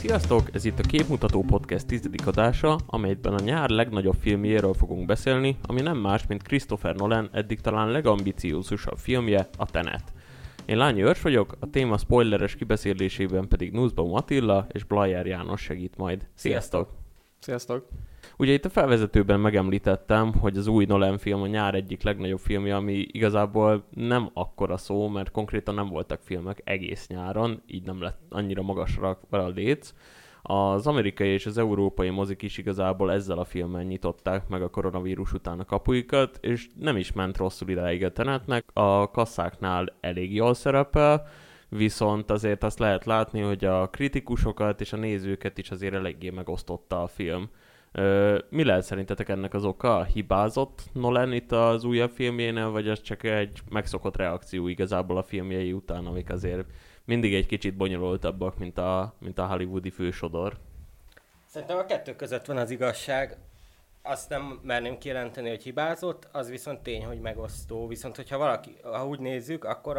Sziasztok! Ez itt a Képmutató Podcast 10. adása, amelyben a nyár legnagyobb filmjéről fogunk beszélni, ami nem más, mint Christopher Nolan eddig talán legambiciózusabb filmje, a Tenet. Én Lányi Őrs vagyok, a téma spoileres kibeszélésében pedig Nussbaum Attila és Blajer János segít majd. Sziasztok! Sziasztok! Ugye itt a felvezetőben megemlítettem, hogy az új Nolan film a nyár egyik legnagyobb filmje, ami igazából nem akkora szó, mert konkrétan nem voltak filmek egész nyáron, így nem lett annyira magasra rakva a léc. Az amerikai és az európai mozik is igazából ezzel a filmmel nyitották meg a koronavírus után a kapuikat, és nem is ment rosszul idáig a Tenetnek, a kasszáknál elég jól szerepel, viszont azért azt lehet látni, hogy a kritikusokat és a nézőket is azért eléggé megosztotta a film. Mi lehet szerintetek ennek az oka? Hibázott Nolan itt az újabb filmjénél, vagy ez csak egy megszokott reakció igazából a filmjei után, amik azért mindig egy kicsit bonyolultabbak, mint a hollywoodi fősodor? Szerintem a kettő között van az igazság. Azt nem merném kijelenteni, hogy hibázott, az viszont tény, hogy megosztó. Viszont, ha úgy nézzük, akkor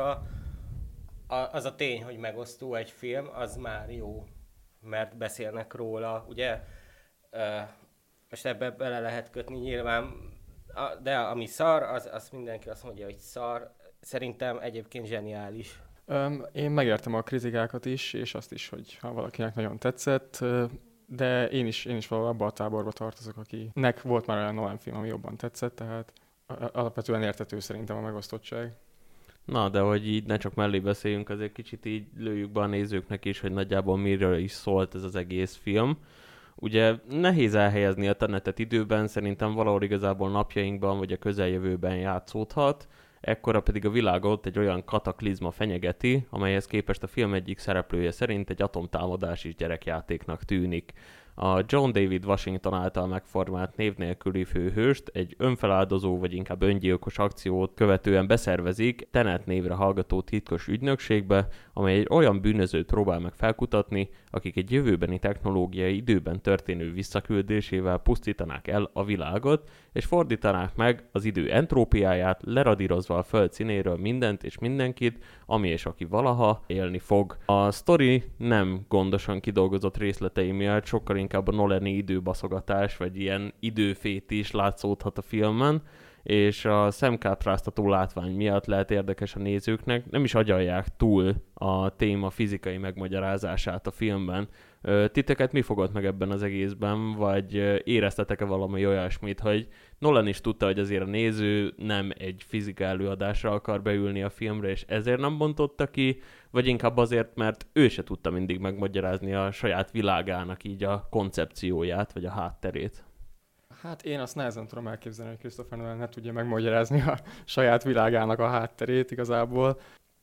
az a tény, hogy megosztó egy film, az már jó, mert beszélnek róla, ugye? Most ebbe bele lehet kötni nyilván, de ami szar, az mindenki azt mondja, hogy szar. Szerintem egyébként zseniális. Én megértem a kritikákat is, és azt is, hogy ha valakinek nagyon tetszett, de én is valahol abba a táborba tartozok, akinek volt már olyan Nolan film, ami jobban tetszett, tehát alapvetően érthető szerintem a megosztottság. Na, de hogy így ne csak mellé beszéljünk, azért kicsit így lőjük be a nézőknek is, hogy nagyjából miről is szólt ez az egész film. Ugye nehéz elhelyezni a Tenetet időben, szerintem valahol igazából napjainkban vagy a közeljövőben játszódhat, ekkora pedig a világot egy olyan kataklizma fenyegeti, amelyhez képest a film egyik szereplője szerint egy atomtámadás is gyerekjátéknak tűnik. A John David Washington által megformált név nélküli főhőst egy önfeláldozó vagy inkább öngyilkos akciót követően beszervezik Tenet névre hallgató titkos ügynökségbe, amely egy olyan bűnözőt próbál meg felkutatni, akik egy jövőbeni technológiai időben történő visszaküldésével pusztítanák el a világot, és fordítanák meg az idő entrópiáját, leradírozva a föld színéről mindent és mindenkit, ami és aki valaha élni fog. A sztori nem gondosan kidolgozott részletei miatt sokkal inkább a Nolani időbaszogatás, vagy ilyen időfétis látszódhat a filmen, és a szemkápráztató látvány miatt lehet érdekes a nézőknek, nem is agyalják túl a téma fizikai megmagyarázását a filmben. Titeket mi fogott meg ebben az egészben, vagy éreztetek-e valami olyasmit, hogy Nolan is tudta, hogy azért a néző nem egy fizika előadásra akar beülni a filmre, és ezért nem bontotta ki, vagy inkább azért, mert ő se tudta mindig megmagyarázni a saját világának így a koncepcióját, vagy a hátterét? Hát én azt nehezen tudom elképzelni, hogy Christopher Nolan ne tudja megmagyarázni a saját világának a hátterét igazából.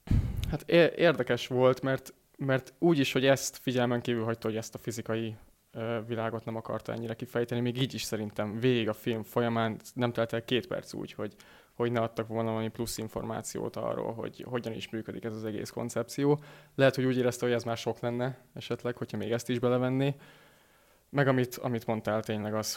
Hát érdekes volt, mert úgy is, hogy ezt figyelmen kívül hagyta, hogy ezt a fizikai világot nem akarta ennyire kifejteni, még így is szerintem végig a film folyamán nem telt el 2 perc úgy, hogy ne adtak volna valami plusz információt arról, hogy hogyan is működik ez az egész koncepció. Lehet, hogy úgy érezte, hogy ez már sok lenne esetleg, hogyha még ezt is belevenné. Meg amit mondtál tényleg az,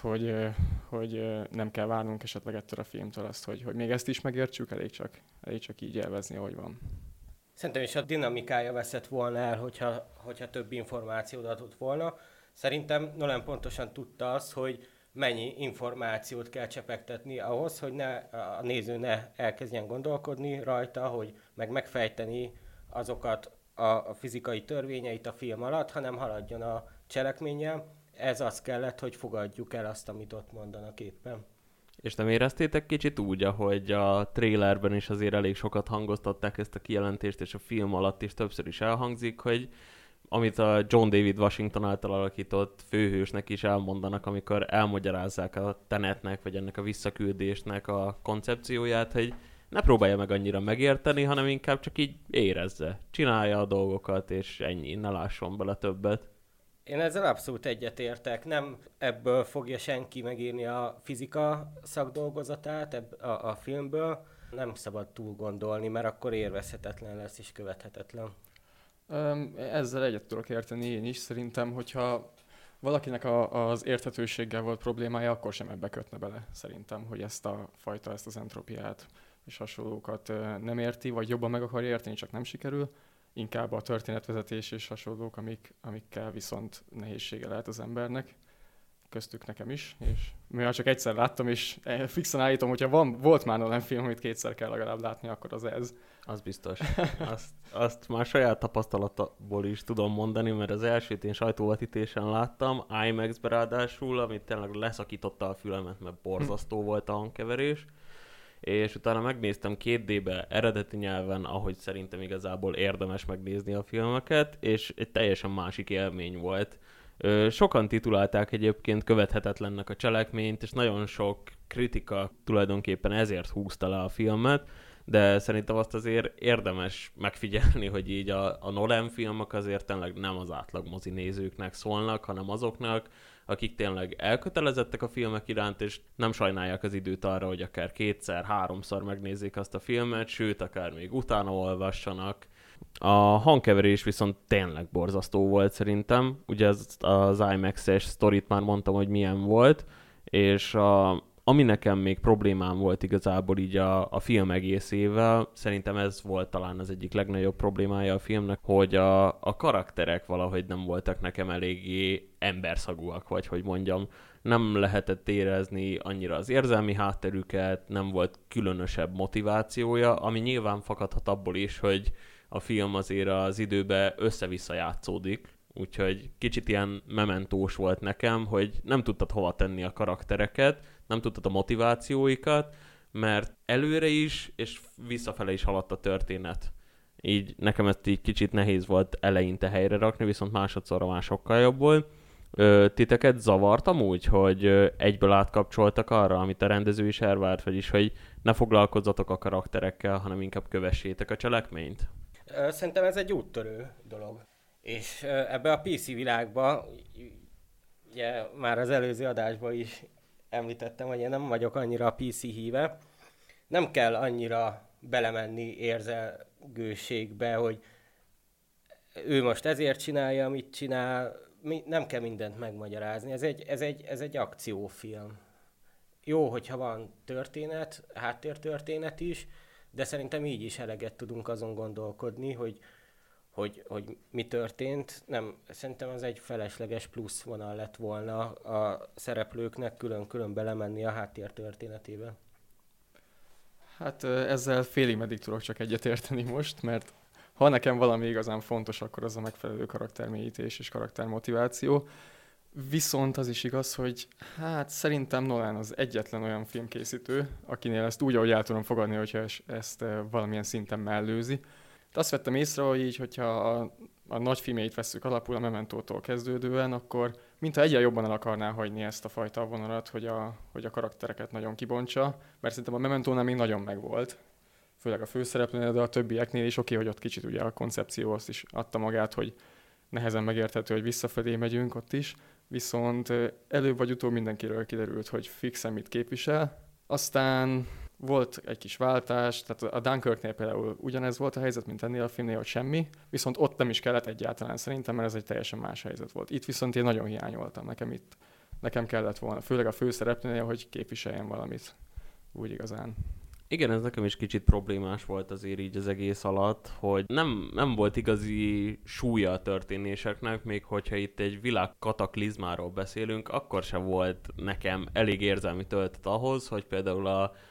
hogy nem kell várnunk esetleg ettől a filmtől azt, hogy még ezt is megértsük, elég csak így élvezni, ahogy van. Szerintem is a dinamikája veszett volna el, hogyha több információt adott volna. Szerintem Nolan pontosan tudta azt, hogy mennyi információt kell csepegtetni ahhoz, hogy a néző ne elkezdjen gondolkodni rajta, hogy megfejteni azokat a fizikai törvényeit a film alatt, hanem haladjon a cselekménnyel. Ez az kellett, hogy fogadjuk el azt, amit ott mondanak éppen. És nem éreztétek kicsit úgy, ahogy a trailerben is azért elég sokat hangoztatták ezt a kijelentést, és a film alatt is többször is elhangzik, hogy amit a John David Washington által alakított főhősnek is elmondanak, amikor elmagyarázzák a Tenetnek, vagy ennek a visszaküldésnek a koncepcióját, hogy ne próbálja meg annyira megérteni, hanem inkább csak így érezze. Csinálja a dolgokat, és ennyi, ne lásson bele többet. Én ezzel abszolút egyetértek. Nem ebből fogja senki megírni a fizika szakdolgozatát a filmből. Nem szabad túl gondolni, mert akkor élvezhetetlen lesz és követhetetlen. Ezzel egyet tudok érteni én is. Szerintem, hogyha valakinek az érthetőséggel volt problémája, akkor sem ebbe kötne bele. Szerintem, hogy ezt az entropiát és hasonlókat nem érti, vagy jobban meg akarja érteni, csak nem sikerül. inkább a történetvezetés és hasonlók, amikkel viszont nehézsége lehet az embernek. Köztük nekem is, és mivel csak egyszer láttam, és fixen állítom, hogyha volt már Nolan film, amit kétszer kell legalább látni, akkor az ez. Az biztos. Azt már saját tapasztalatból is tudom mondani, mert az elsőt én sajtóvetítésen láttam, IMAX-be ráadásul, amit tényleg leszakította a fülemet, mert borzasztó volt a hangkeverés, és utána megnéztem 2D-be eredeti nyelven, ahogy szerintem igazából érdemes megnézni a filmeket, és egy teljesen másik élmény volt. Sokan titulálták egyébként követhetetlennek a cselekményt, és nagyon sok kritika tulajdonképpen ezért húzta le a filmet, de szerintem azt azért érdemes megfigyelni, hogy így a Nolan filmek azért tényleg nem az átlag mozi nézőknek szólnak, hanem azoknak, akik tényleg elkötelezettek a filmek iránt, és nem sajnálják az időt arra, hogy akár 2-3-szor megnézzék azt a filmet, sőt, akár még utána olvassanak. A hangkeverés viszont tényleg borzasztó volt szerintem. Ugye az IMAX-es sztorit már mondtam, hogy milyen volt, és ami nekem még problémám volt igazából így a film egészével, szerintem ez volt talán az egyik legnagyobb problémája a filmnek, hogy a karakterek valahogy nem voltak nekem eléggé emberszagúak, vagy hogy mondjam, nem lehetett érezni annyira az érzelmi hátterüket, nem volt különösebb motivációja, ami nyilván fakadhat abból is, hogy a film azért az időben össze-vissza játszódik, úgyhogy kicsit ilyen mementós volt nekem, hogy nem tudtad hova tenni a karaktereket, nem tudtad a motivációikat, mert előre is és visszafele is haladt a történet. Így nekem ezt így kicsit nehéz volt eleinte helyre rakni, viszont másodszorra már sokkal jobb volt. Titeket zavart amúgy, hogy egyből átkapcsoltak arra, amit a rendező is elvárt, vagyis hogy ne foglalkozzatok a karakterekkel, hanem inkább kövessétek a cselekményt? Szerintem ez egy úttörő dolog. És ebbe a PC világba, ugye már az előző adásban is említettem, hogy én nem vagyok annyira a PC híve. Nem kell annyira belemenni érzelgőségbe, hogy ő most ezért csinálja, amit csinál, nem kell mindent megmagyarázni. Ez egy akciófilm. Jó, hogyha van történet, háttértörténet is, de szerintem így is eleget tudunk azon gondolkodni, hogy mi történt. Nem, szerintem ez egy felesleges plusz vonal lett volna a szereplőknek külön-külön belemenni a háttér történetébe. Hát ezzel félig meddig tudok csak egyetérteni most, mert ha nekem valami igazán fontos, akkor az a megfelelő karaktermélyítés és karaktermotiváció. Viszont az is igaz, hogy hát szerintem Nolan az egyetlen olyan filmkészítő, akinél ezt úgy, ahogy el tudom fogadni, hogyha ezt valamilyen szinten mellőzi. De azt vettem észre, hogy így, hogyha a nagy filmjeit vesszük alapul a Mementótól kezdődően, akkor mintha egyre jobban el akarná hagyni ezt a fajta vonalat, hogy a karaktereket nagyon kibontsa, mert szerintem a Mementónál még nagyon megvolt. Főleg a főszereplőnél, de a többieknél is oké, hogy ott kicsit ugye a koncepció azt is adta magát, hogy nehezen megérthető, hogy visszafelé megyünk ott is. Viszont előbb vagy utóbb mindenkiről kiderült, hogy fixen mit képvisel. Aztán volt egy kis váltás, tehát a Dunkirknél például ugyanez volt a helyzet, mint ennél a filmnél, hogy semmi, viszont ott nem is kellett egyáltalán szerintem, mert ez egy teljesen más helyzet volt. Itt viszont én nagyon hiányoltam, nekem kellett volna, főleg a főszereplőnél, hogy képviseljen valamit úgy igazán. Igen, ez nekem is kicsit problémás volt azért így az egész alatt, hogy nem volt igazi súlya a történéseknek, még hogyha itt egy világ kataklizmáról beszélünk, akkor se volt nekem elég érzelmi töltet ahhoz, hogy például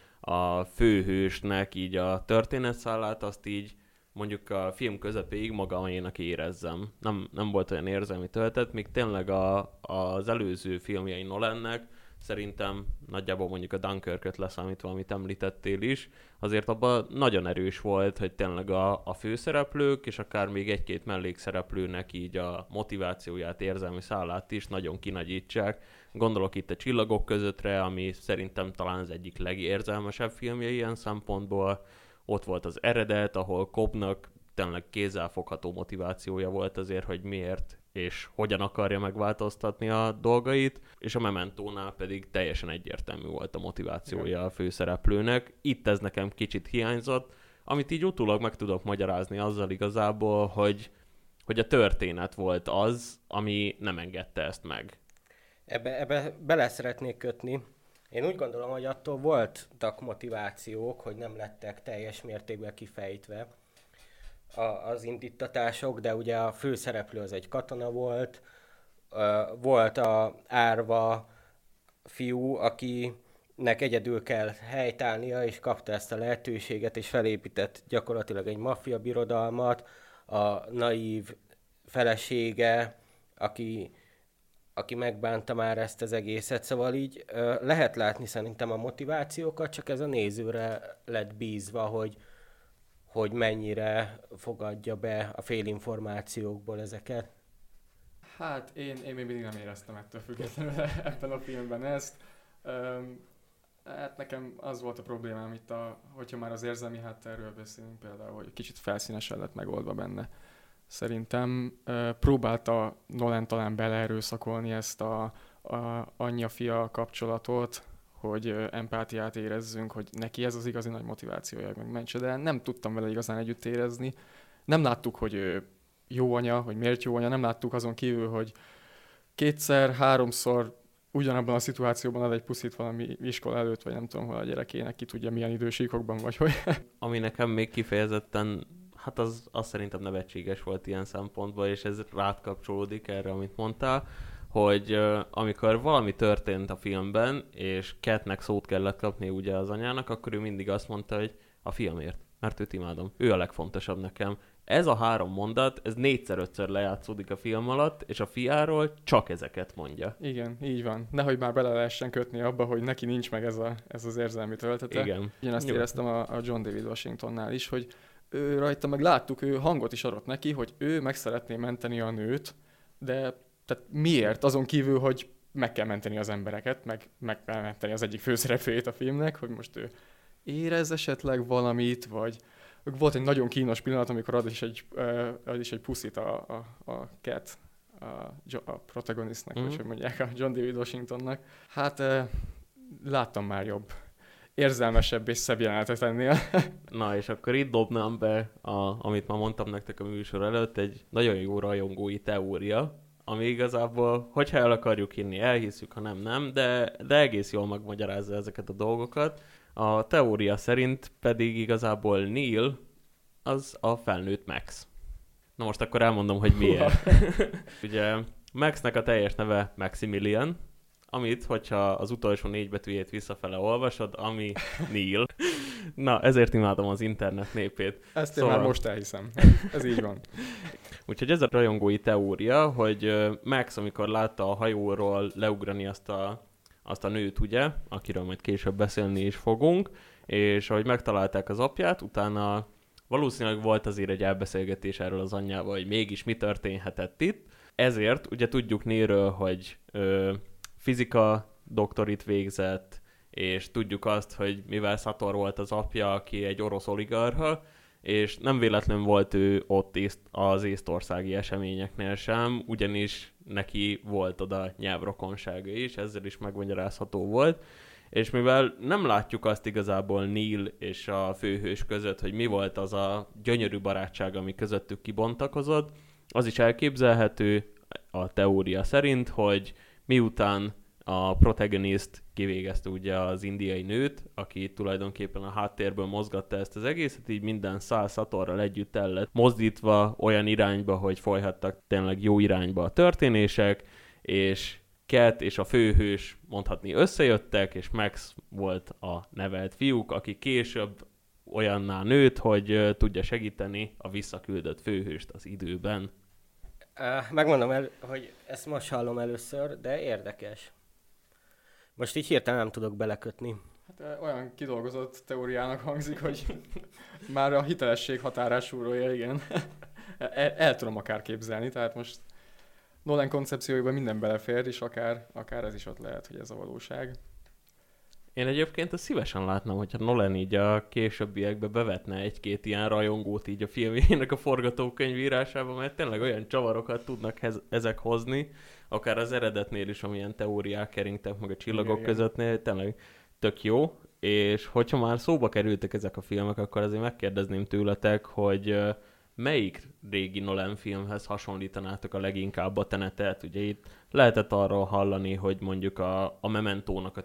a főhősnek így a történetszállát azt így mondjuk a film közepéig magaménak érezzem. Nem volt olyan érzelmi töltet, míg tényleg az előző filmjei Nolannek szerintem nagyjából mondjuk a Dunkirköt leszámítva, amit említettél is, azért abban nagyon erős volt, hogy tényleg a főszereplők, és akár még egy-két mellékszereplőnek így a motivációját, érzelmi szállát is nagyon kinagyítsák. Gondolok itt a Csillagok közöttre, ami szerintem talán az egyik legérzelmesebb filmje ilyen szempontból. Ott volt az Eredet, ahol Cobbnak tényleg kézzelfogható motivációja volt azért, hogy miért és hogyan akarja megváltoztatni a dolgait, és a Mementónál pedig teljesen egyértelmű volt a motivációja a főszereplőnek. Itt ez nekem kicsit hiányzott, amit így utólag meg tudok magyarázni azzal igazából, hogy a történet volt az, ami nem engedte ezt meg. Ebbe bele szeretnék kötni. Én úgy gondolom, hogy attól voltak motivációk, hogy nem lettek teljes mértékben kifejtve. az indítatások, de ugye a főszereplő az egy katona volt, volt a árva fiú, akinek egyedül kell helytállnia, és kapta ezt a lehetőséget, és felépített gyakorlatilag egy maffia birodalmat, a naív felesége, aki megbánta már ezt az egészet, szóval így lehet látni szerintem a motivációkat, csak ez a nézőre lett bízva, hogy mennyire fogadja be a félinformációkból ezeket. Hát én még mindig nem éreztem ettől függetlenül ebben a filmben ezt. Hát nekem az volt a problémám itt, hogyha már az érzelmi háttérről beszélünk például, hogy kicsit felszínesen lett megoldva benne. Szerintem próbálta Nolan talán beleerőszakolni ezt a anyja-fia kapcsolatot, hogy empátiát érezzünk, hogy neki ez az igazi nagy motivációja, meg mentse, de nem tudtam vele igazán együtt érezni. Nem láttuk, hogy ő jó anya, hogy miért jó anya, nem láttuk azon kívül, hogy kétszer, háromszor ugyanabban a szituációban ad egy puszit valami iskola előtt, vagy nem tudom, hol a gyerekének, ki tudja milyen idősíkokban, vagy hogy. Ami nekem még kifejezetten, hát az szerintem nevetséges volt ilyen szempontból, és ez rád kapcsolódik erre, amit mondtál, hogy amikor valami történt a filmben, és Catnek szót kellett kapni ugye az anyának, akkor ő mindig azt mondta, hogy a fiamért, mert őt imádom. Ő a legfontosabb nekem. Ez a 3 mondat, ez 4-5-ször lejátszódik a film alatt, és a fiáról csak ezeket mondja. Igen, így van. Nehogy már bele lehessen kötni abba, hogy neki nincs meg ez az érzelmi töltete. Igen. Én azt éreztem a John David Washingtonnál is, hogy ő rajta meg láttuk, ő hangot is adott neki, hogy ő meg szeretné menteni a nőt, de tehát miért? Azon kívül, hogy meg kell menteni az embereket, meg kell menteni az egyik főszereplőjét a filmnek, hogy most ő érez esetleg valamit, vagy volt egy nagyon kínos pillanat, amikor ad is egy puszit a Cat, a protagonistnak, vagy hogy mondják, a John David Washingtonnak. Hát láttam már jobb, érzelmesebb és szebb jelenetet ennél. Na, és akkor itt dobnám be, amit már mondtam nektek a műsor előtt, egy nagyon jó rajongói teória, ami igazából, hogyha el akarjuk hinni, elhiszük, ha nem, de egész jól megmagyarázza ezeket a dolgokat. A teória szerint pedig igazából Neil az a felnőtt Max. Na most akkor elmondom, hogy miért. Ugye Maxnek a teljes neve Maximilian, amit, hogyha az utolsó 4 betűjét visszafele olvasod, ami Neil. Na, ezért imádom az internet népét. Ezt én már most elhiszem. Ez így van. Úgyhogy ez a rajongói teória, hogy Max, amikor látta a hajóról leugrani azt a nőt, ugye, akiről majd később beszélni is fogunk, és ahogy megtalálták az apját, utána valószínűleg volt azért egy elbeszélgetés erről az anyjával, hogy mégis mi történhetett itt. Ezért ugye tudjuk Neilről, hogy fizika doktorit végzett, és tudjuk azt, hogy mivel Sator volt az apja, aki egy orosz oligarcha, és nem véletlen volt ő ott az észtországi eseményeknél sem, ugyanis neki volt oda nyelvrokonsága is, ezzel is megmagyarázható volt. És mivel nem látjuk azt igazából Neil és a főhős között, hogy mi volt az a gyönyörű barátság, ami közöttük kibontakozott, az is elképzelhető a teória szerint, hogy miután a protagonist kivégezte ugye az indiai nőt, aki tulajdonképpen a háttérből mozgatta ezt az egészet, így minden szál Satorral együtt el lett mozdítva olyan irányba, hogy folyhattak tényleg jó irányba a történések, és Cat és a főhős mondhatni összejöttek, és Max volt a nevelt fiúk, aki később olyanná nőtt, hogy tudja segíteni a visszaküldött főhőst az időben. Megmondom, hogy ezt most hallom először, de érdekes. Most így hirtelen nem tudok belekötni. Hát olyan kidolgozott teóriának hangzik, hogy már a hitelesség határát súrolja, igen. El tudom akár képzelni, tehát most Nolan koncepcióiban minden belefér, és akár ez is ott lehet, hogy ez a valóság. Én egyébként azt szívesen látnám, hogyha Nolan így a későbbiekbe bevetne egy-két ilyen rajongót így a filmjének a forgatókönyvírásába, mert tényleg olyan csavarokat tudnak ezek hozni, akár az eredetnél is, amilyen teóriák keringtek meg a csillagok közöttnél, tényleg tök jó, és hogyha már szóba kerültek ezek a filmek, akkor azért megkérdezném tőletek, hogy melyik régi Nolan filmhez hasonlítanátok a leginkább a Tenetet? Ugye itt lehetett arról hallani, hogy mondjuk a Mementónak a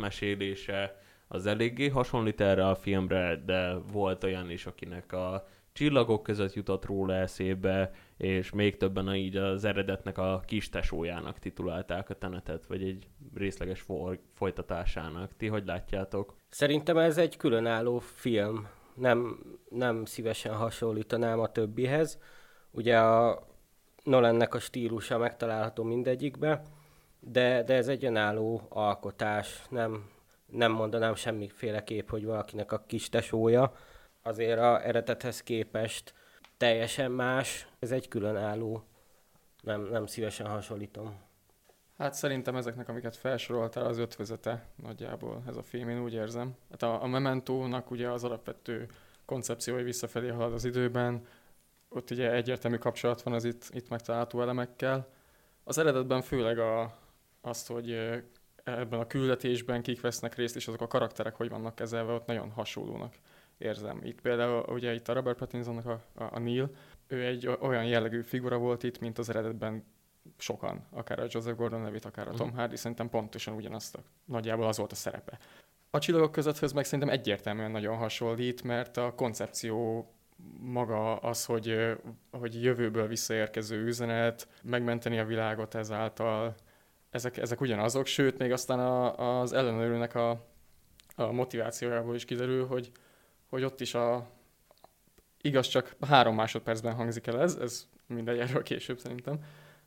történetmesélése az eléggé hasonlít erre a filmre, de volt olyan is, akinek a Csillagok között jutott róla eszébe, és még többen így az eredetnek a kis tesójának titulálták a Tenetet, vagy egy részleges folytatásának. Ti hogy látjátok? Szerintem ez egy különálló film. Nem szívesen hasonlítanám a többihez. Ugye a Nolannek a stílusa megtalálható mindegyikbe, de ez egy önálló alkotás. Nem mondanám semmiféleképp, hogy valakinek a kis tesója. Azért az eredethez képest teljesen más. Ez egy különálló. Nem szívesen hasonlítom. Hát szerintem ezeknek, amiket felsoroltál, az ötvözete nagyjából ez a film, én úgy érzem. Hát a Mementónak ugye az alapvető koncepciói visszafelé halad az időben, ott ugye egyértelmű kapcsolat van az itt megtalálható elemekkel. Az eredetben főleg azt, hogy ebben a küldetésben kik vesznek részt, és azok a karakterek hogy vannak kezelve, ott nagyon hasonlónak érzem. Itt például ugye itt a Robert Pattinsonnak a Neil, ő egy olyan jellegű figura volt itt, mint az eredetben sokan, akár a Joseph Gordon-Levitt, akár a Tom Hardy, szerintem pontosan ugyanazt nagyjából az volt a szerepe. A Csillagok közötthöz meg szerintem egyértelműen nagyon hasonlít, mert a koncepció maga az, hogy jövőből visszaérkező üzenet, megmenteni a világot ezáltal, ezek ugyanazok, sőt, még aztán az ellenőrnek a motivációjából is kiderül, hogy ott is igaz, csak 3 másodpercben hangzik el ez mindegy, erről később szerintem,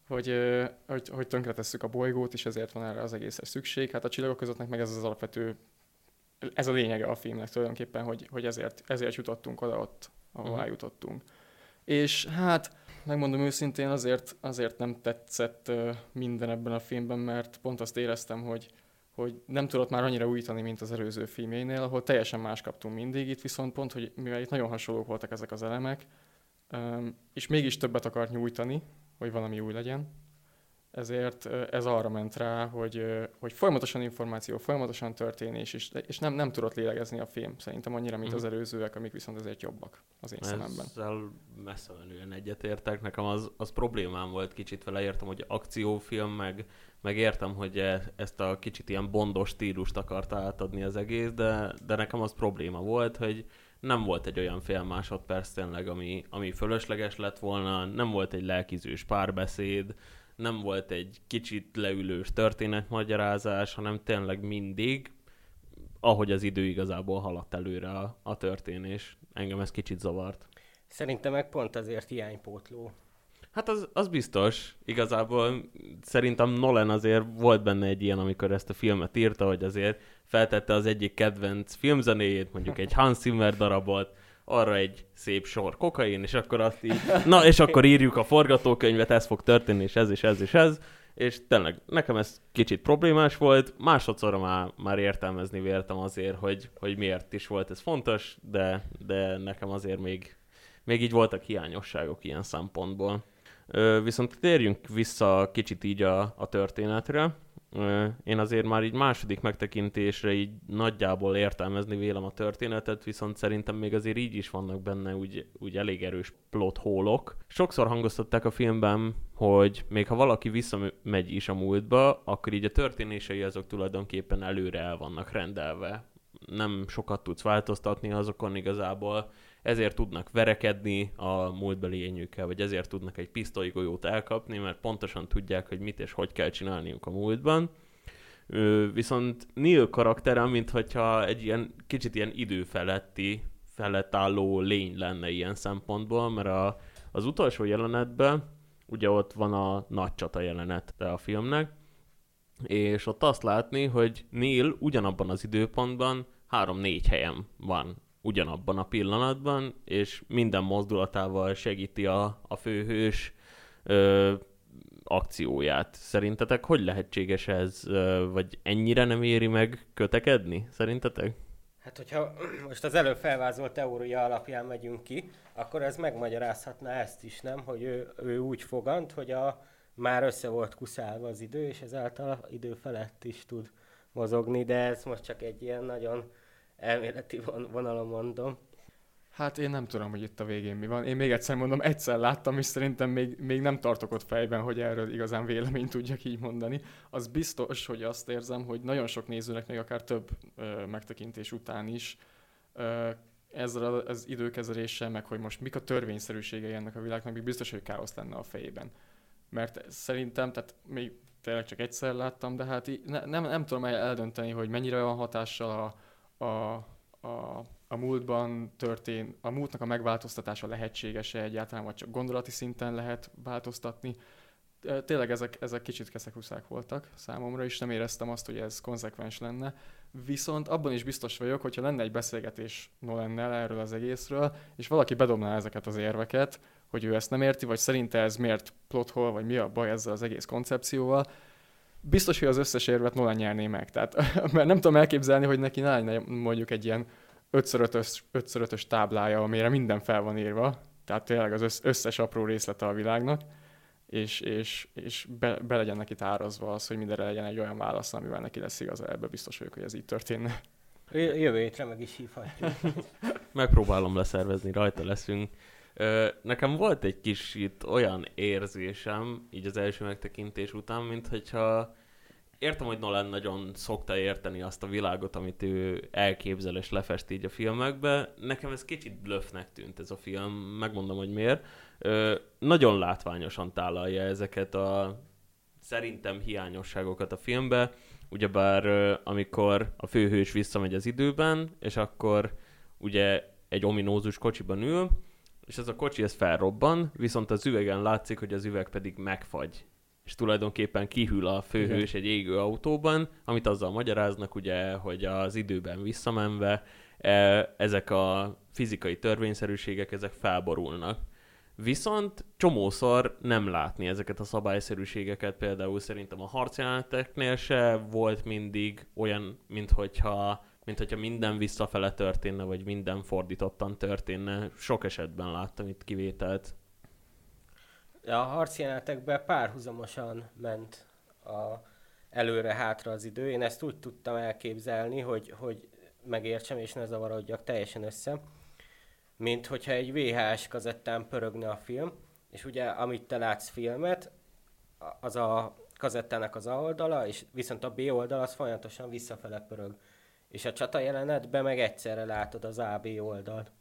hogy tönkretesszük a bolygót, és ezért van erre az egészre szükség. Hát a Csillagok közöttnek meg ez az alapvető, ez a lényege a filmnek tulajdonképpen, hogy ezért jutottunk oda ott, ahová jutottunk. És hát, megmondom őszintén, azért nem tetszett minden ebben a filmben, mert pont azt éreztem, hogy nem tudott már annyira újítani, mint az előző filmjénél, ahol teljesen más kaptunk mindig, itt viszont pont, hogy mivel itt nagyon hasonlók voltak ezek az elemek, és mégis többet akart nyújtani, hogy valami új legyen, ezért ez arra ment rá, hogy folyamatosan információ, folyamatosan történés, és nem tudott lélegezni a film, szerintem annyira, mint az előzőek, amik viszont ezért jobbak az én szememben. Ezzel messze menően egyetértek, nekem az problémám volt kicsit vele, értem, hogy akciófilm, meg értem, hogy ezt a kicsit ilyen bondos stílust akarta átadni az egész, de nekem az probléma volt, hogy nem volt egy olyan fél másodperc tényleg, ami fölösleges lett volna, nem volt egy lelkizős párbeszéd, nem volt egy kicsit leülős történetmagyarázás, hanem tényleg mindig, ahogy az idő igazából haladt előre a történés. Engem ez kicsit zavart. Szerintem meg pont azért hiánypótló. Hát az biztos. Igazából szerintem Nolan azért volt benne egy ilyen, amikor ezt a filmet írta, hogy azért feltette az egyik kedvenc filmzenéjét, mondjuk egy Hans Zimmer darabot, arra egy szép sor kokain, és akkor azt így, na és akkor írjuk a forgatókönyvet, ez fog történni, és ez, és ez, és ez. És tényleg nekem ez kicsit problémás volt, másodszorra már értelmezni véltem azért, hogy miért is volt ez fontos, de nekem azért még így voltak hiányosságok ilyen szempontból. Viszont térjünk vissza kicsit így a történetre. Én azért már így második megtekintésre így nagyjából értelmezni vélem a történetet, viszont szerintem még azért így is vannak benne úgy elég erős plot hole-ok. Sokszor hangoztatták a filmben, hogy még ha valaki visszamegy is a múltba, akkor így a történései azok tulajdonképpen előre el vannak rendelve. Nem sokat tudsz változtatni azokon igazából, ezért tudnak verekedni a múltbeli lényükkel, vagy ezért tudnak egy pisztolygolyót elkapni, mert pontosan tudják, hogy mit és hogy kell csinálniuk a múltban. Viszont Neil karaktere, mintha egy ilyen kicsit ilyen idő felett álló lény lenne ilyen szempontból, mert az utolsó jelenetben, ugye ott van a nagy csata jelenet a filmnek, és ott azt látni, hogy Neil ugyanabban az időpontban 3-4 helyen van ugyanabban a pillanatban, és minden mozdulatával segíti a főhős akcióját. Szerintetek hogy lehetséges ez, vagy ennyire nem éri meg kötekedni? Szerintetek? Hát, hogyha most az előbb felvázolt teória alapján megyünk ki, akkor ez megmagyarázhatná ezt is, nem? Hogy ő úgy fogant, hogy már össze volt kuszálva az idő, és ezáltal idő felett is tud mozogni, de ez most csak egy ilyen nagyon elméleti vonalon mondom. Hát én nem tudom, hogy itt a végén mi van. Én még egyszer mondom, egyszer láttam, és szerintem még nem tartok ott fejben, hogy erről igazán véleményt tudjak így mondani. Az biztos, hogy azt érzem, hogy nagyon sok nézőnek, még akár több megtekintés után is ezzel az időkezeléssel, meg hogy most mik a törvényszerűségei ennek a világnak, még biztos, hogy káosz lenne a fejében. Mert szerintem, tehát még tényleg csak egyszer láttam, de hát nem tudom eldönteni, hogy mennyire van hatással a múltban a múltnak a megváltoztatása lehetséges-e egyáltalán, vagy csak gondolati szinten lehet változtatni. Tényleg ezek kicsit keszekuszák voltak számomra, és nem éreztem azt, hogy ez konzekvens lenne. Viszont abban is biztos vagyok, hogyha lenne egy beszélgetés Nolannel erről az egészről, és valaki bedobná ezeket az érveket, hogy ő ezt nem érti, vagy szerinte ez miért plothol, vagy mi a baj ezzel az egész koncepcióval, biztos, hogy az összes érvet Nolan nyerné meg. Tehát, mert nem tudom elképzelni, hogy neki lenne mondjuk egy ilyen 5x5-ös táblája, amire minden fel van írva, tehát tényleg az összes apró részlete a világnak, és be legyen neki tárazva az, hogy mindenre legyen egy olyan válasz, amivel neki lesz igaza, ebben biztos vagyok, hogy ez így történne. Jövő hétre meg is hívhatjuk. Megpróbálom leszervezni, rajta leszünk. Nekem volt egy kicsit olyan érzésem, így az első megtekintés után, mint hogyha értem, hogy Nolan nagyon szokta érteni azt a világot, amit ő elképzel és lefest így a filmekbe. Nekem ez kicsit bluffnek tűnt ez a film, megmondom, hogy miért. Nagyon látványosan tálalja ezeket a szerintem hiányosságokat a filmbe, ugyebár amikor a főhős visszamegy az időben, és akkor ugye egy ominózus kocsiban ül, és ez a kocsi ez felrobban, viszont az üvegen látszik, hogy az üveg pedig megfagy. És tulajdonképpen kihűl a főhős egy égő autóban, amit azzal magyaráznak, ugye, hogy az időben visszamenve ezek a fizikai törvényszerűségek, ezek felborulnak. Viszont csomószor nem látni ezeket a szabályszerűségeket, például szerintem a harcjeleneteknél se volt mindig olyan, minthogyha minden visszafele történne, vagy minden fordítottan történne. Sok esetben láttam itt kivételt. A harcjelenetekben párhuzamosan ment előre-hátra az idő. Én ezt úgy tudtam elképzelni, hogy megértsem és ne zavarodjak teljesen össze, mint hogyha egy VHS kazettán pörögne a film, és ugye amit te látsz filmet, az a kazettának az A oldala, és viszont a B oldal az folyamatosan visszafele pörög. És a csata jelenetben meg egyszerre látod az A-B oldalt.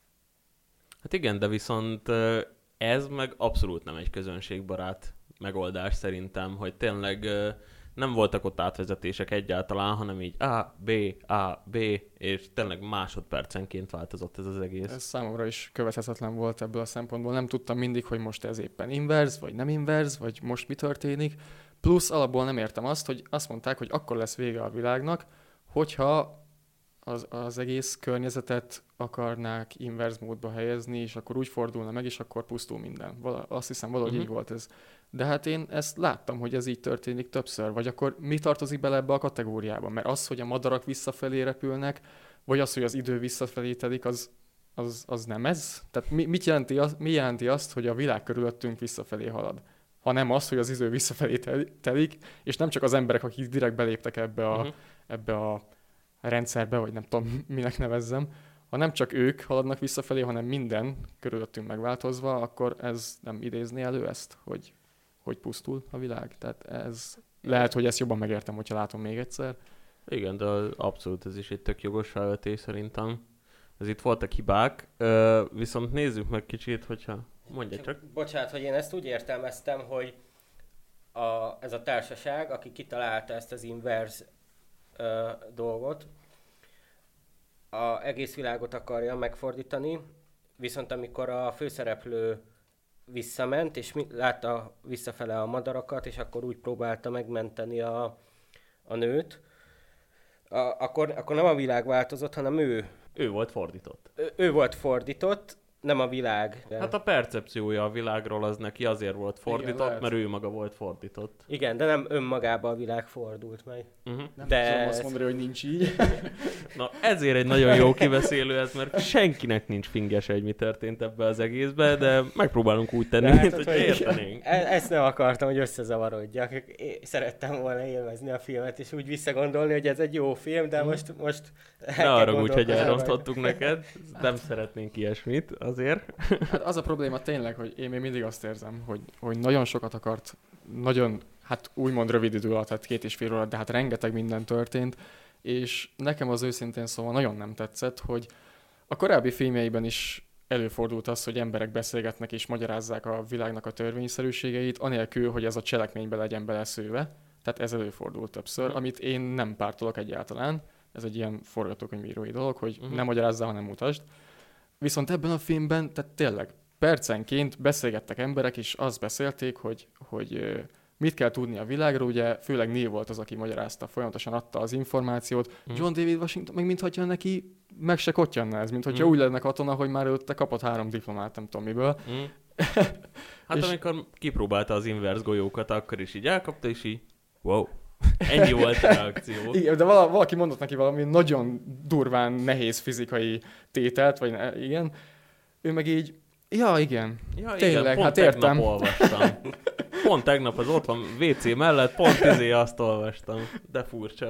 Hát igen, de viszont ez meg abszolút nem egy közönségbarát megoldás szerintem, hogy tényleg nem voltak ott átvezetések egyáltalán, hanem így A, B, és tényleg másodpercenként változott ez az egész. Ez számomra is követhetetlen volt ebből a szempontból. Nem tudtam mindig, hogy most ez éppen inverz, vagy nem inverz, vagy most mi történik. Plusz alapból nem értem azt, hogy azt mondták, hogy akkor lesz vége a világnak, hogyha az egész környezetet akarnák inverz módba helyezni, és akkor úgy fordulna meg, és akkor pusztul minden. Azt hiszem, valahogy így volt ez. De hát én ezt láttam, hogy ez így történik többször. Vagy akkor mi tartozik bele ebbe a kategóriába? Mert az, hogy a madarak visszafelé repülnek, vagy az, hogy az idő visszafelé telik, az nem ez? Tehát mi jelenti azt, hogy a világ körülöttünk visszafelé halad? Ha nem az, hogy az idő visszafelé telik, és nem csak az emberek, akik direkt beléptek ebbe a rendszerbe, vagy nem tudom, minek nevezzem, ha nem csak ők haladnak visszafelé, hanem minden körülöttünk megváltozva, akkor ez nem idézné elő ezt, hogy pusztul a világ. Tehát ez lehet, hogy ezt jobban megértem, hogyha látom még egyszer. Igen, de abszolút ez is egy tök jogos felvetés szerintem. Ez itt voltak hibák, viszont nézzük meg kicsit, hogyha mondja csak. Bocsánat, hogy én ezt úgy értelmeztem, hogy ez a társaság, aki kitalálta ezt az inverz dolgot, a egész világot akarja megfordítani, viszont amikor a főszereplő visszament, és látta visszafele a madarakat, és akkor úgy próbálta megmenteni a nőt, akkor nem a világ változott, hanem ő. Ő volt fordított. Ő volt fordított, nem a világ. Hát a percepciója a világról az neki azért volt fordított, igen, mert ő maga volt fordított. Igen, de nem önmagában a világ fordult meg. Nem de tudom azt mondani, hogy nincs így. Na ezért egy nagyon jó kibeszélő ez, mert senkinek nincs fingese, hogy mi történt ebbe az egészbe, de megpróbálunk úgy tenni, mint hogy értenénk. Ezt nem akartam, hogy összezavarodjak. Én szerettem volna élvezni a filmet, és úgy visszagondolni, hogy ez egy jó film, de most ne arra úgy, hogy elrontottuk neked. Nem szeretnénk ilyesmit azért. Hát az a probléma tényleg, hogy én még mindig azt érzem, hogy nagyon sokat akart, nagyon, hát úgymond rövid idő alatt, hát 2,5 óra alatt, de hát rengeteg minden történt, és nekem az őszintén szóval nagyon nem tetszett, hogy A korábbi filmjeiben is előfordult az, hogy emberek beszélgetnek és magyarázzák a világnak a törvényszerűségeit, anélkül, hogy ez a cselekménybe legyen beleszőve. Tehát ez előfordult többször, amit én nem pártolok egyáltalán. Ez egy ilyen forgatókönyvírói dolog, hogy nem magyarázzál, hanem mutasd. Viszont ebben a filmben, tehát tényleg percenként beszélgettek emberek, és azt beszélték, hogy mit kell tudni a világról, ugye főleg Neil volt az, aki magyarázta, folyamatosan adta az információt. John David Washington, meg mintha neki meg se kottyanna ez, mintha úgy lenne katona, hogy már előtte kapott 3 diplomát, nem tudom miből. Hát amikor kipróbálta az inverse golyókat, akkor is így elkapta, és így wow. Ennyi volt a reakció. Igen, de valaki mondott neki valami nagyon durván nehéz fizikai tételt, vagy igen. Ő meg így, ja igen, tényleg, igen, hát értem. Olvastam. Pont tegnap az ott van WC mellett, pont azt olvastam. De furcsa.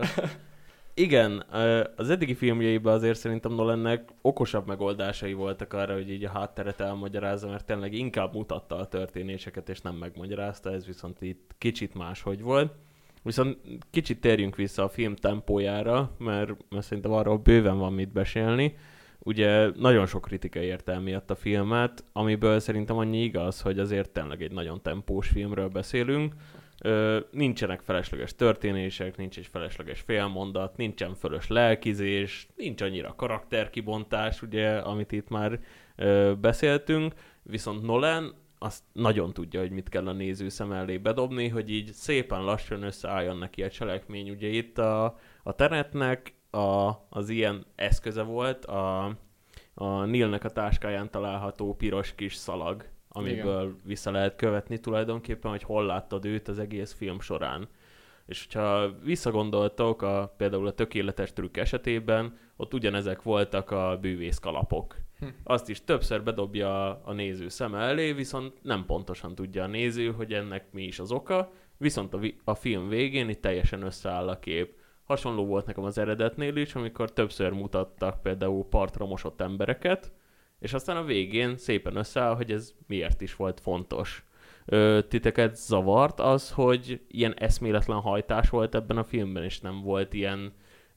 Igen, az eddigi filmjeiben azért szerintem Nolannek okosabb megoldásai voltak arra, hogy így a hátteret elmagyarázza, mert tényleg inkább mutatta a történéseket, és nem megmagyarázta, ez viszont itt kicsit máshogy volt. Viszont kicsit térjünk vissza a film tempójára, mert szerintem arról bőven van mit beszélni. Ugye nagyon sok kritika érte emiatt a filmet, amiből szerintem annyi igaz, hogy azért tényleg egy nagyon tempós filmről beszélünk. Nincsenek felesleges történések, nincs egy felesleges félmondat, nincsen fölös lelkizés, nincs annyira karakterkibontás, ugye, amit itt már beszéltünk, viszont Nolan azt nagyon tudja, hogy mit kell a néző szem elé bedobni, hogy így szépen lassan összeálljon neki a cselekmény. Ugye itt a Tenetnek az ilyen eszköze volt a Neilnek a táskáján található piros kis szalag, amiből igen, vissza lehet követni tulajdonképpen, hogy hol láttad őt az egész film során. És hogyha visszagondoltok például a tökéletes trükk esetében, ott ugyanezek voltak a bűvész kalapok. Azt is többször bedobja a néző szeme elé, viszont nem pontosan tudja a néző, hogy ennek mi is az oka, viszont a film végén itt teljesen összeáll a kép. Hasonló volt nekem az eredetnél is, amikor többször mutattak például partra mosott embereket, és aztán a végén szépen összeáll, hogy ez miért is volt fontos. Titeket zavart az, hogy ilyen eszméletlen hajtás volt ebben a filmben, és nem volt ilyen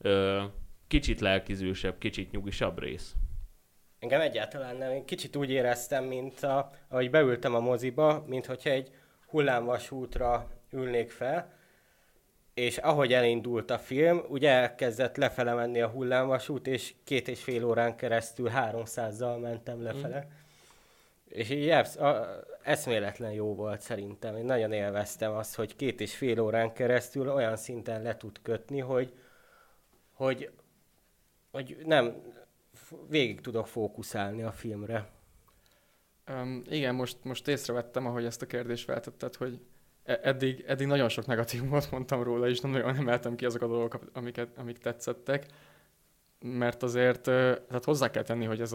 kicsit lelkizősebb, kicsit nyugisabb rész? Engem egyáltalán nem. Én kicsit úgy éreztem, mint ahogy beültem a moziba, mint hogyha egy hullámvasútra ülnék fel, és ahogy elindult a film, ugye elkezdett lefele menni a hullámvasút, és 2,5 órán keresztül 300-zal mentem lefele. És így eszméletlen jó volt szerintem. Én nagyon élveztem azt, hogy 2,5 órán keresztül olyan szinten le tud kötni, hogy nem végig tudok fókuszálni a filmre. Igen, most észrevettem, ahogy ezt a kérdést feltetted, hogy eddig nagyon sok negatívumot mondtam róla, és nem nagyon emeltem ki azok a dolgok, amik tetszettek, mert azért hát hozzá kell tenni, hogy ez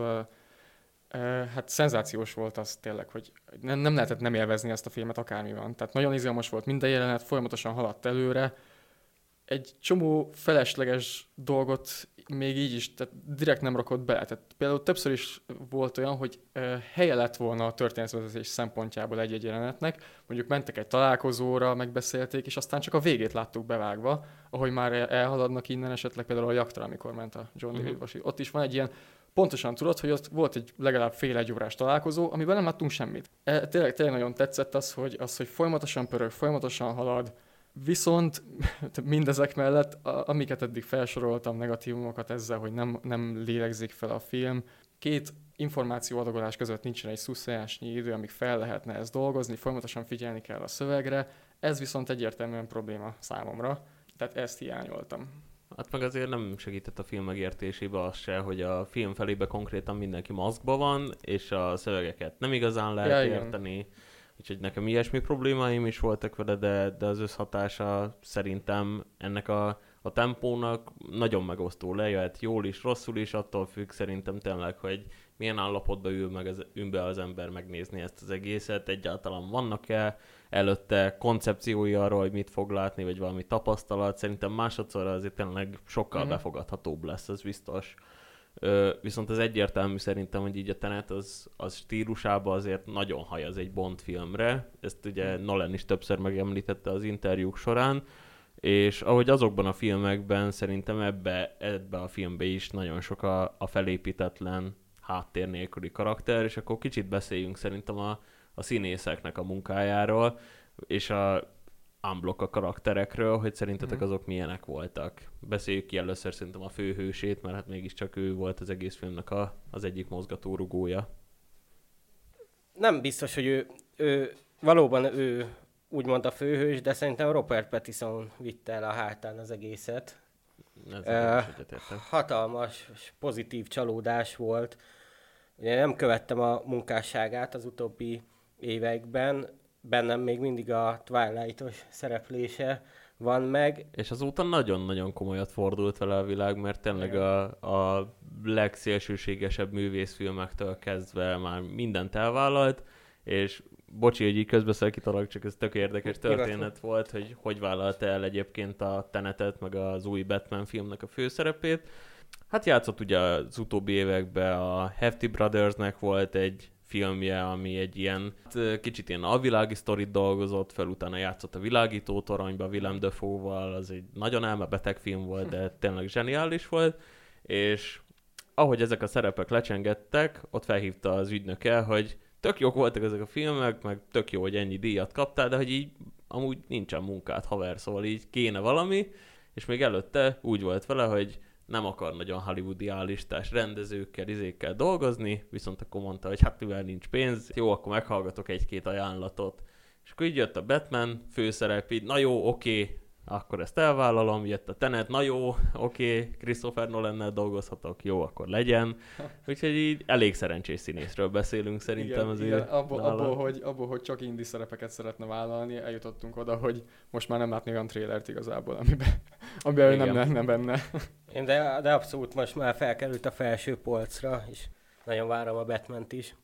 hát szenzációs volt az tényleg, hogy nem lehetett nem élvezni ezt a filmet akármi van. Tehát nagyon izgalmas volt minden jelenet, folyamatosan haladt előre. Egy csomó felesleges dolgot még így is, tehát direkt nem rakott bele. Tehát például többször is volt olyan, hogy helye lett volna a történetvezetés szempontjából egy-egy jelenetnek. Mondjuk mentek egy találkozóra, megbeszélték, és aztán csak a végét láttuk bevágva, ahogy már elhaladnak innen esetleg például a jaktra, amikor ment a John David Washington. Ott is van egy ilyen, pontosan tudod, hogy ott volt egy legalább fél egy órás találkozó, amiben nem láttunk semmit. Tényleg nagyon tetszett az, hogy folyamatosan pörög, folyamatosan halad, viszont mindezek mellett, amiket eddig felsoroltam, negatívumokat ezzel, hogy nem lélegzik fel a film, 2 információadagolás között nincsen egy szuszajásnyi idő, amíg fel lehetne ezt dolgozni, folyamatosan figyelni kell a szövegre, ez viszont egyértelműen probléma számomra, tehát ezt hiányoltam. Hát meg azért nem segített a film megértésébe az se, hogy a film felébe konkrétan mindenki maszkba van, és a szövegeket nem igazán lehet érteni. Úgyhogy nekem ilyesmi problémáim is voltak vele, de az összhatása szerintem ennek a tempónak nagyon megosztó, lejöhet jól is, rosszul is, attól függ szerintem tényleg, hogy milyen állapotba ül be az ember megnézni ezt az egészet, egyáltalán vannak-e előtte koncepciói arról, hogy mit fog látni, vagy valami tapasztalat, szerintem másodszorra azért tényleg sokkal befogadhatóbb lesz, ez biztos. Viszont az egyértelmű szerintem, hogy így a Tenet az stílusában azért nagyon hajaz egy Bond filmre, ezt ugye Nolan is többször megemlítette az interjúk során, és ahogy azokban a filmekben, szerintem ebbe a filmbe is nagyon sok a felépítetlen háttér nélküli karakter, és akkor kicsit beszéljünk szerintem a színészeknek a munkájáról, és a unblock a karakterekről, hogy szerintetek azok milyenek voltak. Beszéljük ki először szerintem a főhősét, mert hát mégiscsak ő volt az egész filmnek az egyik mozgatórugója. Nem biztos, hogy valóban ő úgymond a főhős, de szerintem Robert Pattinson vitte el a hátán az egészet. Hatalmas, pozitív csalódás volt. Ugye nem követtem a munkásságát az utóbbi években, bennem még mindig a Twilight-os szereplése van meg. És azóta nagyon-nagyon komolyat fordult vele a világ, mert tényleg a legszélsőségesebb művészfilmektől kezdve már mindent elvállalt, és bocsi, hogy így közbeszélkítalak, csak ez tök érdekes történet volt, hogy vállalta el egyébként a Tenetet, meg az új Batman filmnek a főszerepét. Hát játszott ugye az utóbbi években a Hefty Brothersnek volt egy filmje, ami egy ilyen kicsit ilyen alvilági sztorit dolgozott fel, utána játszott a Világító toronyba Willem Dafoe-val, az egy nagyon elmebeteg film volt, de tényleg zseniális volt, és ahogy ezek a szerepek lecsengettek, ott felhívta az ügynöke, hogy tök jók voltak ezek a filmek, meg tök jó, hogy ennyi díjat kaptál, de hogy így amúgy nincsen munkád, haver, szóval így kéne valami, és még előtte úgy volt vele, hogy nem akar nagyon hollywoodi állistás rendezőkkel, izékkel dolgozni, viszont akkor mondta, hogy hát mivel nincs pénz, jó, akkor meghallgatok egy-két ajánlatot. És akkor így jött a Batman főszerep, így na jó, oké, akkor ezt elvállalom, jött a Tenet, na jó, oké, Christopher Nolannel dolgozhatok, jó, akkor legyen. Úgyhogy így elég szerencsés színészről beszélünk szerintem igen, azért. Igen, abból, hogy csak indie szerepeket szeretne vállalni, eljutottunk oda, hogy most már nem látni olyan trélert igazából, amiben ő nem lenne benne. De abszolút most már felkerült a felső polcra, és nagyon várom a Batmant is.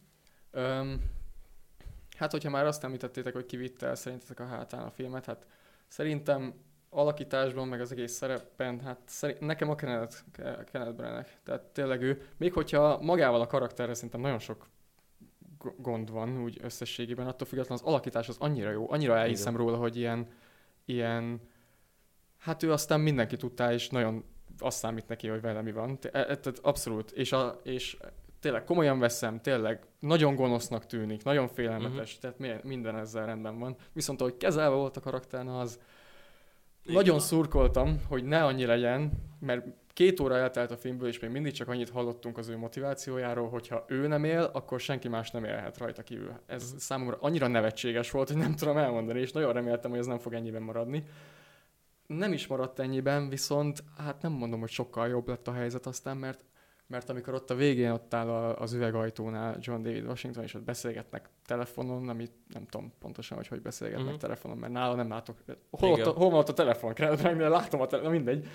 Hát, hogyha már azt említettétek, hogy ki vitte el szerintetek a hátán a filmet, hát szerintem alakításban, meg az egész szerepben, hát nekem a Kenneth Branagh. Tehát tényleg ő, még hogyha magával a karakterre szerintem nagyon sok gond van úgy összességében, attól függetlenül az alakítás az annyira jó, annyira elhiszem róla, hogy ilyen, hát ő aztán mindenki tudta, és nagyon azt számít neki, hogy vele mi van. Tehát abszolút. És tényleg komolyan veszem, tényleg nagyon gonosznak tűnik, nagyon félelmetes, tehát minden ezzel rendben van. Viszont ahogy kezelve volt a karakterna, az nagyon szurkoltam, hogy ne annyi legyen, mert 2 óra eltelt a filmből, és még mindig csak annyit hallottunk az ő motivációjáról, hogyha ő nem él, akkor senki más nem élhet rajta kívül. Ez számomra annyira nevetséges volt, hogy nem tudom elmondani, és nagyon reméltem, hogy ez nem fog ennyiben maradni. Nem is maradt ennyiben, viszont hát nem mondom, hogy sokkal jobb lett a helyzet aztán, mert amikor ott a végén ott áll az üvegajtónál John David Washington, és ott beszélgetnek telefonon, amit nem tudom pontosan, hogy beszélgetnek telefonon, mert nála nem látok. Hol van ott a telefon? Látom a telefon, mindegy.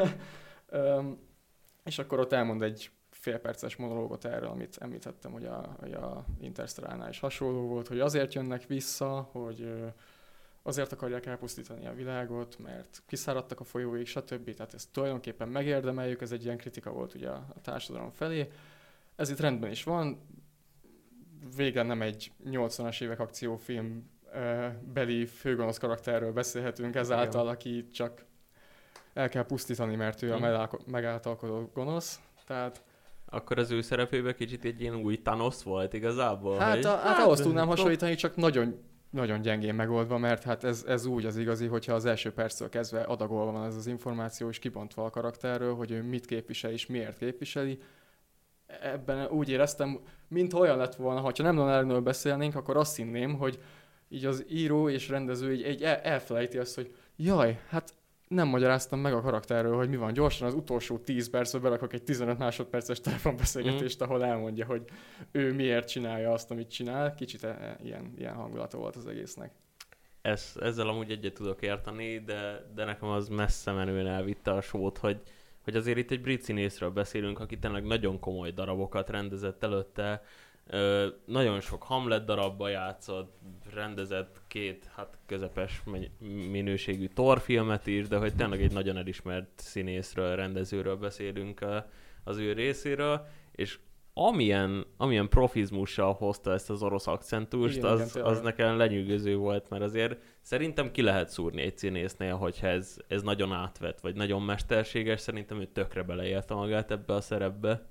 És akkor ott elmond egy félperces monológot erről, amit említettem, hogy a Interstellárnál is hasonló volt, hogy azért jönnek vissza, hogy azért akarják elpusztítani a világot, mert kiszáradtak a folyóik, stb. Tehát ezt tulajdonképpen megérdemeljük, ez egy ilyen kritika volt ugye a társadalom felé. Ez itt rendben is van, végre nem egy 80-as évek akciófilm beli főgonosz karakterről beszélhetünk ezáltal, aki csak el kell pusztítani, mert ő a megáltalkodó gonosz. Tehát akkor az ő szerepében kicsit egy ilyen új Thanos volt igazából? Hát ahhoz tudnám hasonlítani, csak nagyon gyengén megoldva, mert hát ez úgy az igazi, hogyha az első perctől kezdve adagolva van ez az információ, és kibontva a karakterről, hogy ő mit képvisel és miért képviseli. Ebben úgy éreztem, mintha olyan lett volna, ha nem Nolanről beszélnénk, akkor azt hinném, hogy így az író és rendező így elfelejti azt, hogy jaj, hát nem magyaráztam meg a karakterről, hogy mi van. Gyorsan az utolsó 10 percben berakok egy 15 másodperces telefonbeszélgetést, ahol elmondja, hogy ő miért csinálja azt, amit csinál. Kicsit ilyen hangulata volt az egésznek. Ezzel amúgy egyet tudok érteni, de nekem az messze menően elvitte a sót, hogy azért itt egy brit színészről beszélünk, aki tényleg nagyon komoly darabokat rendezett előtte, nagyon sok Hamlet darabba játszott, rendezett 2 közepes minőségű Thor filmet is, de hogy tényleg egy nagyon elismert színészről, rendezőről beszélünk az ő részéről, és amilyen profizmussal hozta ezt az orosz akcentust, Igen, az nekem lenyűgöző volt, mert azért szerintem ki lehet szúrni egy színésznél, hogyha ez nagyon átvett, vagy nagyon mesterséges, szerintem ő tökre beleérte magát ebbe a szerepbe.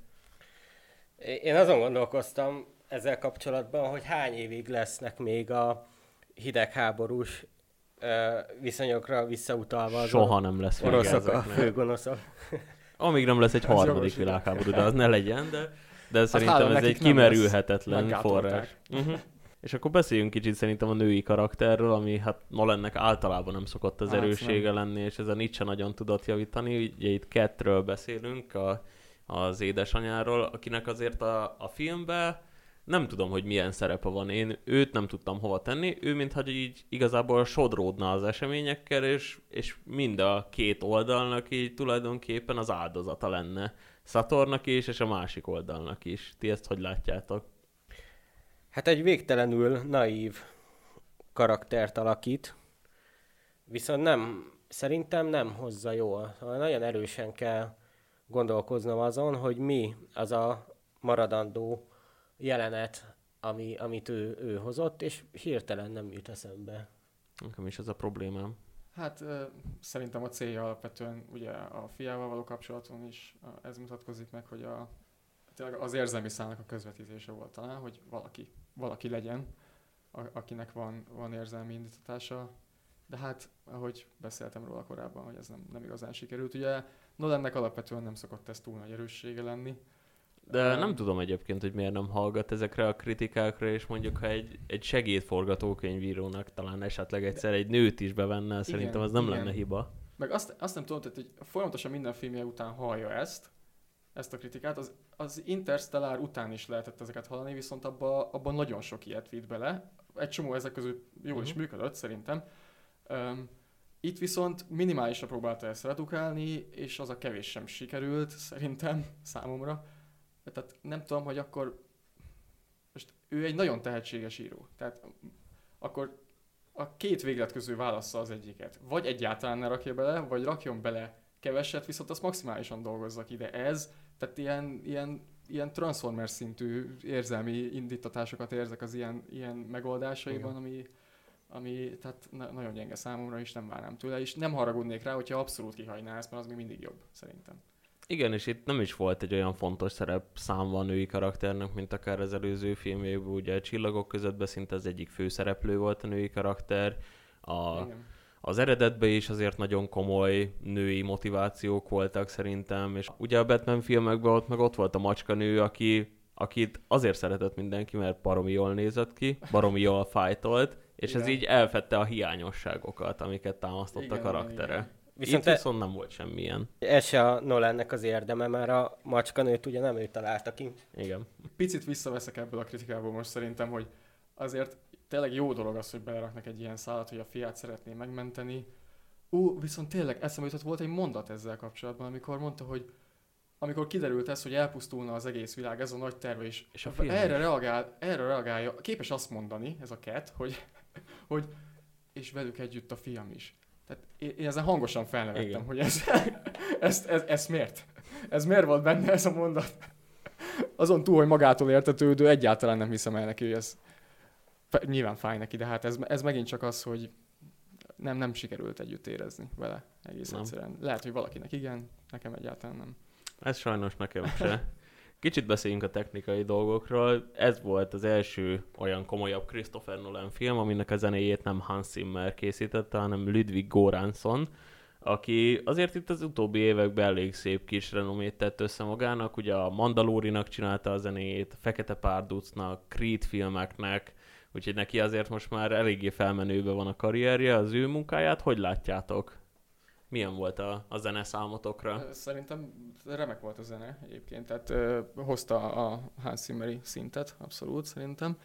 Én azon gondolkoztam ezzel kapcsolatban, hogy hány évig lesznek még a hidegháborús viszonyokra visszautalva Soha nem lesz oroszok a főgonoszok. Amíg nem lesz egy harmadik világháború, de az ne legyen, de szerintem ez egy kimerülhetetlen forrás. És akkor beszéljünk kicsit szerintem a női karakterről, ami hát Nolannek általában nem szokott az erőssége lenni, és ezen itt sem nagyon tudott javítani. Ugye itt Catről beszélünk, az édesanyáról, akinek azért a filmben nem tudom, hogy milyen szerepe van. Én őt nem tudtam hova tenni. Ő mintha így igazából sodródna az eseményekkel, és mind a két oldalnak így tulajdonképpen az áldozata lenne. Satornak is, és a másik oldalnak is. Ti ezt hogy látjátok? Hát egy végtelenül naív karaktert alakít, viszont szerintem nem hozza jól. Nagyon erősen kell gondolkoznom azon, hogy mi az a maradandó jelenet, amit ő hozott, és hirtelen nem jut eszembe. Nekem is ez a problémám. Hát szerintem a célja alapvetően ugye a fiával való kapcsolaton is ez mutatkozik meg, hogy tényleg az érzelmi szálnak a közvetítése volt talán, hogy valaki legyen, akinek van érzelmi indítatása, de hát, ahogy beszéltem róla korábban, hogy ez nem igazán sikerült. Ugye Nolannek alapvetően nem szokott ez túl nagy erőssége lenni. De nem tudom egyébként, hogy miért nem hallgat ezekre a kritikákra, és mondjuk, ha egy segédforgatókönyvírónak talán esetleg egyszer egy nőt is bevenne, szerintem az nem lenne hiba. Meg azt nem tudom, hogy folyamatosan minden filmje után hallja ezt a kritikát. Az Interstellar után is lehetett ezeket hallani, viszont abban nagyon sok ilyet vitt bele. Egy csomó ezek közül jól is működött, szerintem. Itt viszont minimálisra próbálta ezt redukálni, és az a kevés sem sikerült, szerintem, számomra. Tehát nem tudom, hogy akkor most ő egy nagyon tehetséges író. Tehát akkor a két véglet közül válassza az egyiket. Vagy egyáltalán ne rakja bele, vagy rakjon bele keveset, viszont azt maximálisan dolgozzak ide. Tehát ilyen Transformers szintű érzelmi indítatásokat érzek az ilyen megoldásaiban, ami tehát nagyon gyenge számomra, és nem várnám tőle, és nem haragudnék rá, hogyha abszolút kihagyná ezt, mert az még mindig jobb, szerintem. Igen, és itt nem is volt egy olyan fontos szerep számva a női karakternek, mint akár az előző filmjében, ugye a Csillagok között szinte az egyik főszereplő volt a női karakter. Az eredetben is azért nagyon komoly női motivációk voltak szerintem, és ugye a Batman filmekben ott volt a macskanő, akit azért szeretett mindenki, mert baromi jól nézett ki, baromi jól fájtolt, és ez így elfedte a hiányosságokat, amiket támasztott a karaktere. Igen. Viszont nem volt semmilyen. Ez se a Nolannek az érdeme, mert a macskanőt ugye nem ő találta ki. Igen. Picit visszaveszek ebből a kritikából most szerintem, hogy azért tényleg jó dolog az, hogy beleraknak egy ilyen szálat, hogy a fiát szeretné megmenteni. Viszont tényleg eszembe jutott, volt egy mondat ezzel kapcsolatban, amikor mondta, hogy amikor kiderült ez, hogy elpusztulna az egész világ, ez a nagy terve is, és erre reagálja, képes azt mondani, ez a Cat, hogy és velük együtt a fiam is. Tehát én ezen hangosan felnevettem, igen, hogy ez miért? Ez miért volt benne ez a mondat? Azon túl, hogy magától értetődő, egyáltalán nem hiszem el neki, hogy ez nyilván fáj neki, de hát ez megint csak az, hogy nem sikerült együtt érezni vele egész egyszerűen. Lehet, hogy valakinek igen, nekem egyáltalán nem. Ez sajnos nekem se. Kicsit beszéljünk a technikai dolgokról. Ez volt az első olyan komolyabb Christopher Nolan film, aminek a zenéjét nem Hans Zimmer készítette, hanem Ludwig Göransson, aki azért itt az utóbbi években elég szép kis renomét tett össze magának. Ugye a Mandalorinak csinálta a zenéjét, a Fekete Párducnak, Creed filmeknek, úgyhogy neki azért most már eléggé felmenőben van a karrierje, az ő munkáját. Hogy látjátok? Milyen volt a zene számotokra? Szerintem remek volt a zene egyébként, tehát hozta a Hans Zimmeri szintet, abszolút szerintem.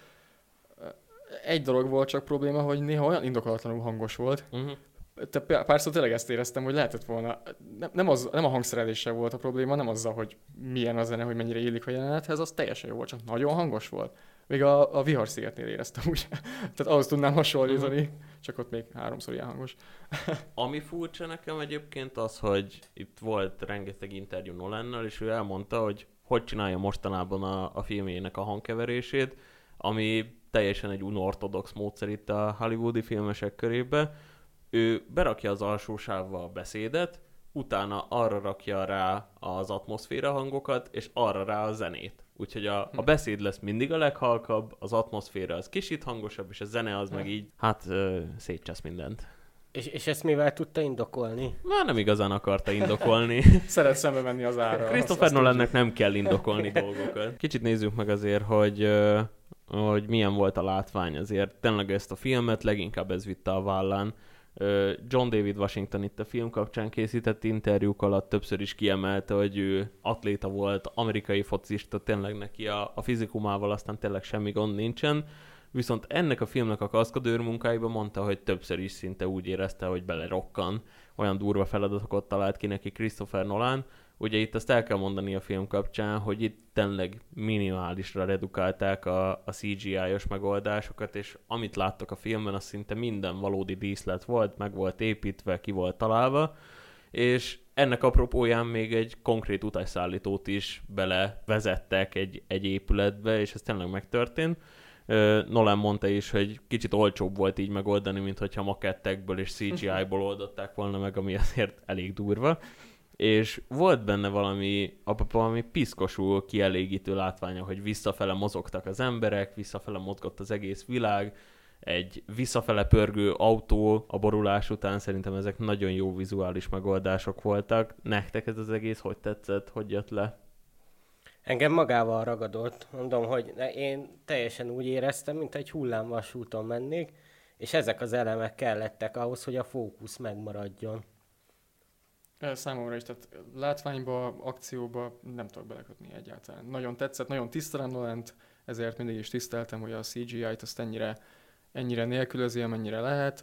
Egy dolog volt csak probléma, hogy néha olyan indokolatlanul hangos volt. Párszor tényleg ezt éreztem, hogy lehetett volna, nem a hangszereléssel volt a probléma, nem azzal, hogy milyen a zene, hogy mennyire illik a jelenethez, az teljesen jó volt, csak nagyon hangos volt. Még a Vihar-szigetnél éreztem úgy. Tehát ahhoz tudnám hasonlítani, csak ott még 3-szor ilyen hangos. Ami furcsa nekem egyébként az, hogy itt volt rengeteg interjú Nolannal, és ő elmondta, hogy csinálja mostanában a filmjének a hangkeverését, ami teljesen egy unorthodox módszer itt a hollywoodi filmesek körébe. Ő berakja az alsó sávba a beszédet, utána arra rakja rá az atmoszféra hangokat, és arra rá a zenét. Úgyhogy a beszéd lesz mindig a leghalkabb, az atmoszféra az kicsit hangosabb, és a zene az meg így, szétcsesz mindent. És ezt mivel tudta indokolni? Már nem igazán akarta indokolni. Szeret szembe menni az ára. Christopher Nolannek nem kell indokolni dolgokat. Kicsit nézzük meg azért, hogy milyen volt a látvány. Azért tényleg ezt a filmet leginkább ez vitte a vállán. John David Washington itt a film kapcsán készített interjúk alatt többször is kiemelte, hogy ő atléta volt, amerikai focista, tényleg neki a fizikumával aztán tényleg semmi gond nincsen. Viszont ennek a filmnek a kaszkadőr munkáiban mondta, hogy többször is szinte úgy érezte, hogy belerokkan. Olyan durva feladatokat talált ki neki Christopher Nolan. Ugye itt azt el kell mondani a film kapcsán, hogy itt tényleg minimálisra redukálták a CGI-os megoldásokat, és amit láttak a filmben, az szinte minden valódi díszlet volt, meg volt építve, ki volt találva, és ennek apropóján még egy konkrét utasszállítót is belevezettek egy épületbe, és ez tényleg megtörtént. Nolan mondta is, hogy kicsit olcsóbb volt így megoldani, mint hogyha makettekből és CGI-ból oldották volna meg, ami azért elég durva. És volt benne valami piszkosul kielégítő látványa, hogy visszafele mozogtak az emberek, visszafele mozgott az egész világ, egy visszafele pörgő autó a borulás után, szerintem ezek nagyon jó vizuális megoldások voltak. Nektek ez az egész hogy tetszett, hogy jött le? Engem magával ragadott. Mondom, hogy én teljesen úgy éreztem, mint egy hullámvasúton mennék, és ezek az elemek kellettek ahhoz, hogy a fókusz megmaradjon. Számomra is, tehát látványba, akcióba nem tudok belekötni egyáltalán. Nagyon tetszett, nagyon tisztelem Nolent, ezért mindig is tiszteltem, hogy a CGI-t azt ennyire nélkülözi, amennyire lehet,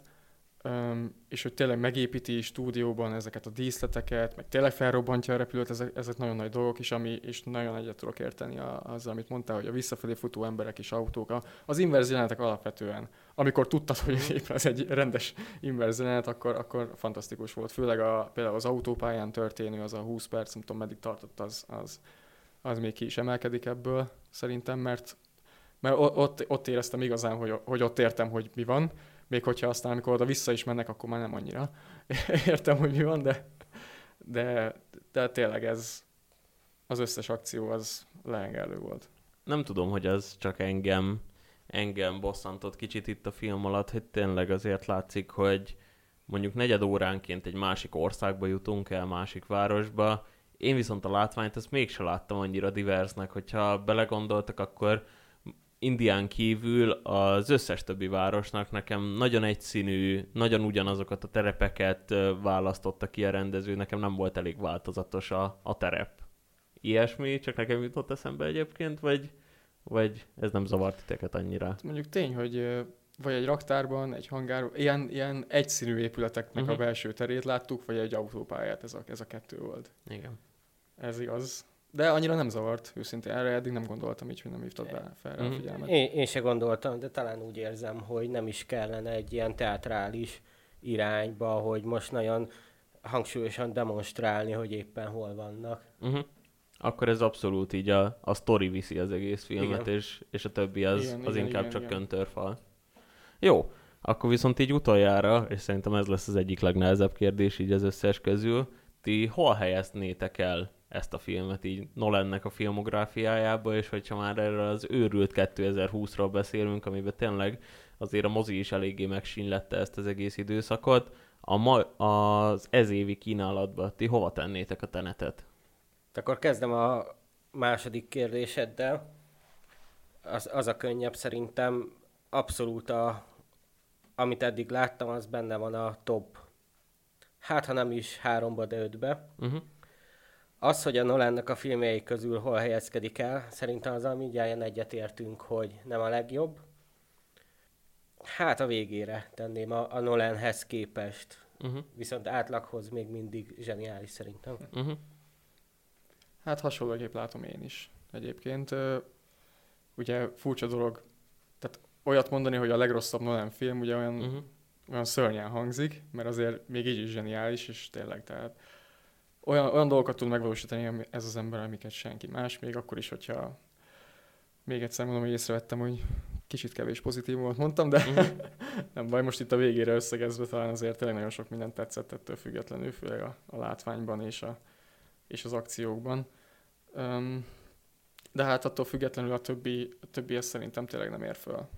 és hogy tényleg megépíti stúdióban ezeket a díszleteket, meg tényleg felrobbantja a repülőt, ezek nagyon nagy dolgok is, és nagyon egyet tudok érteni azzal, amit mondtál, hogy a visszafelé futó emberek és autók, az inverz jelenetek alapvetően, amikor tudtad, hogy éppen ez egy rendes inverz jelenet, akkor fantasztikus volt. Főleg például az autópályán történő, az a 20 perc, nem tudom meddig tartott, az még ki is emelkedik ebből szerintem, mert ott éreztem igazán, hogy ott értem, hogy mi van, még hogyha aztán, amikor oda vissza is mennek, akkor már nem annyira értem, hogy mi van, de tényleg ez az összes akció az lehengelő volt. Nem tudom, hogy az csak engem bosszantott kicsit itt a film alatt, hogy tényleg azért látszik, hogy mondjuk negyed óránként egy másik országba jutunk el, másik városba. Én viszont a látványt ezt mégse láttam annyira diversnek, hogyha belegondoltak, akkor Indián kívül az összes többi városnak nekem nagyon egyszínű, nagyon ugyanazokat a terepeket választotta ki a rendező, nekem nem volt elég változatos a terep. Ilyesmi, csak nekem jutott eszembe egyébként, vagy ez nem zavart titeket annyira? Mondjuk tény, hogy vagy egy raktárban, egy hangárban, ilyen egyszínű épületeknek a belső terét láttuk, vagy egy autópályát, ez a kettő volt. Igen. Ez igaz. De annyira nem zavart, őszintén. Erre eddig nem gondoltam így, hogy nem hívtad be fel a figyelmet. Én se gondoltam, de talán úgy érzem, hogy nem is kellene egy ilyen teátrális irányba, hogy most nagyon hangsúlyosan demonstrálni, hogy éppen hol vannak. Akkor ez abszolút így a sztori viszi az egész filmet, és a többi az inkább csak köntörfal. Jó, akkor viszont így utoljára, és szerintem ez lesz az egyik legnehezebb kérdés így az összes közül, ti hol helyeznétek el ezt a filmet így Nolannek a filmográfiájába, és hogyha már erről az őrült 2020-ról beszélünk, amiben tényleg azért a mozi is eléggé megsínlette ezt az egész időszakot, az ezévi kínálatba ti hova tennétek a Tenetet? Akkor kezdem a második kérdéseddel. Az a könnyebb szerintem. Abszolút amit eddig láttam, az benne van a top. Hát, ha nem is 3-ba, de 5-be. Az, hogy a Nolannak a filmjei közül hol helyezkedik el, szerintem azzal mindjárt egyetértünk, hogy nem a legjobb. Hát a végére tenném a Nolanhez képest. Viszont átlaghoz még mindig zseniális szerintem. Hát hasonlóképp látom én is egyébként. Ugye furcsa dolog, tehát olyat mondani, hogy a legrosszabb Nolan film, ugye olyan szörnyen hangzik, mert azért még így is zseniális, és tényleg, tehát olyan dolgokat tud megvalósítani ez az ember, amiket senki más, még akkor is, hogyha még egyszer mondom, hogy észrevettem, hogy kicsit kevés pozitívumot mondtam, de nem baj, most itt a végére összegezve talán azért tényleg nagyon sok mindent tetszett ettől függetlenül, főleg a látványban és az akciókban. De hát attól függetlenül a többi ezt szerintem tényleg nem ér föl.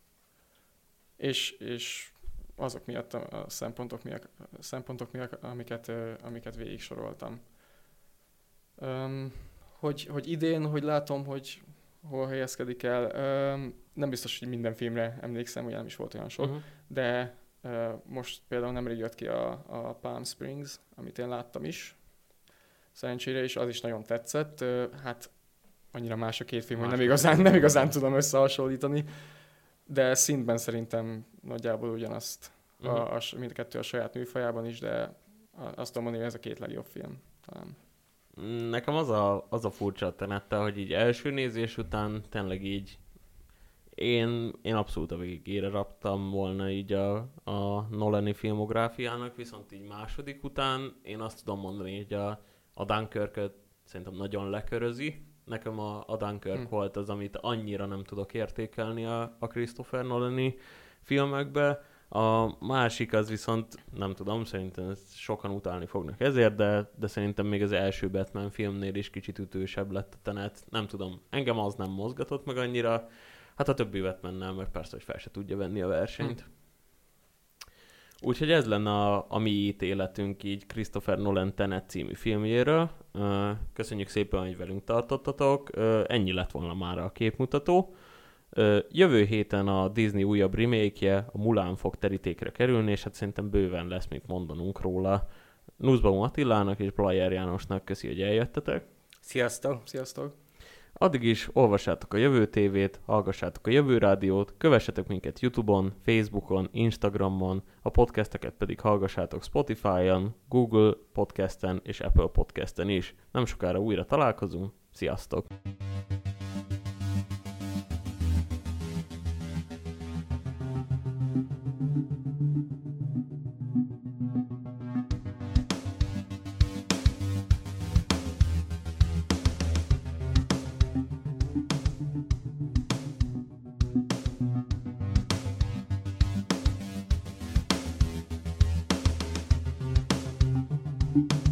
És azok miatt, a szempontok miatt amiket végig soroltam. Hogy idén, hogy látom, hogy hol helyezkedik el, nem biztos, hogy minden filmre emlékszem, ugye nem is volt olyan sok, de most például nemrég jött ki a Palm Springs, amit én láttam is, szerencsére is, az is nagyon tetszett. Hát annyira más a két film, hogy nem igazán tudom összehasonlítani, de szintben szerintem nagyjából ugyanazt, mindkettő a saját műfajában is, de azt tudom mondani, hogy ez a két legjobb film talán. Nekem az a furcsa tenette, hogy így első nézés után tényleg így én abszolút a végére raktam volna így a Nolani filmográfiának, viszont így második után én azt tudom mondani, hogy a Dunkirk-öt szerintem nagyon lekörözi. Nekem a Dunkirk volt az, amit annyira nem tudok értékelni a Christopher Nolani filmekbe. A másik az viszont, nem tudom, szerintem sokan utálni fognak ezért, de szerintem még az első Batman filmnél is kicsit ütősebb lett a Tenet. Nem tudom, engem az nem mozgatott meg annyira, hát a többi Batmannel meg persze, hogy fel se tudja venni a versenyt. Úgyhogy ez lenne a mi ítéletünk így Christopher Nolan Tenet című filmjéről. Köszönjük szépen, hogy velünk tartottatok. Ennyi lett volna már a képmutató. Jövő héten a Disney újabb remake-je, a Mulan fog terítékre kerülni, és hát szerintem bőven lesz mit mondanunk róla. Nussbaum Attilának és Blajer Jánosnak köszi, hogy eljöttetek. Sziasztok! Sziasztok! Addig is olvassátok a Jövő TV-t, hallgassátok a Jövő Rádiót, kövessetek minket YouTube-on, Facebookon, Instagramon, a podcasteket pedig hallgassátok Spotify-on, Google Podcasten és Apple Podcasten is. Nem sokára újra találkozunk, sziasztok! Thank you.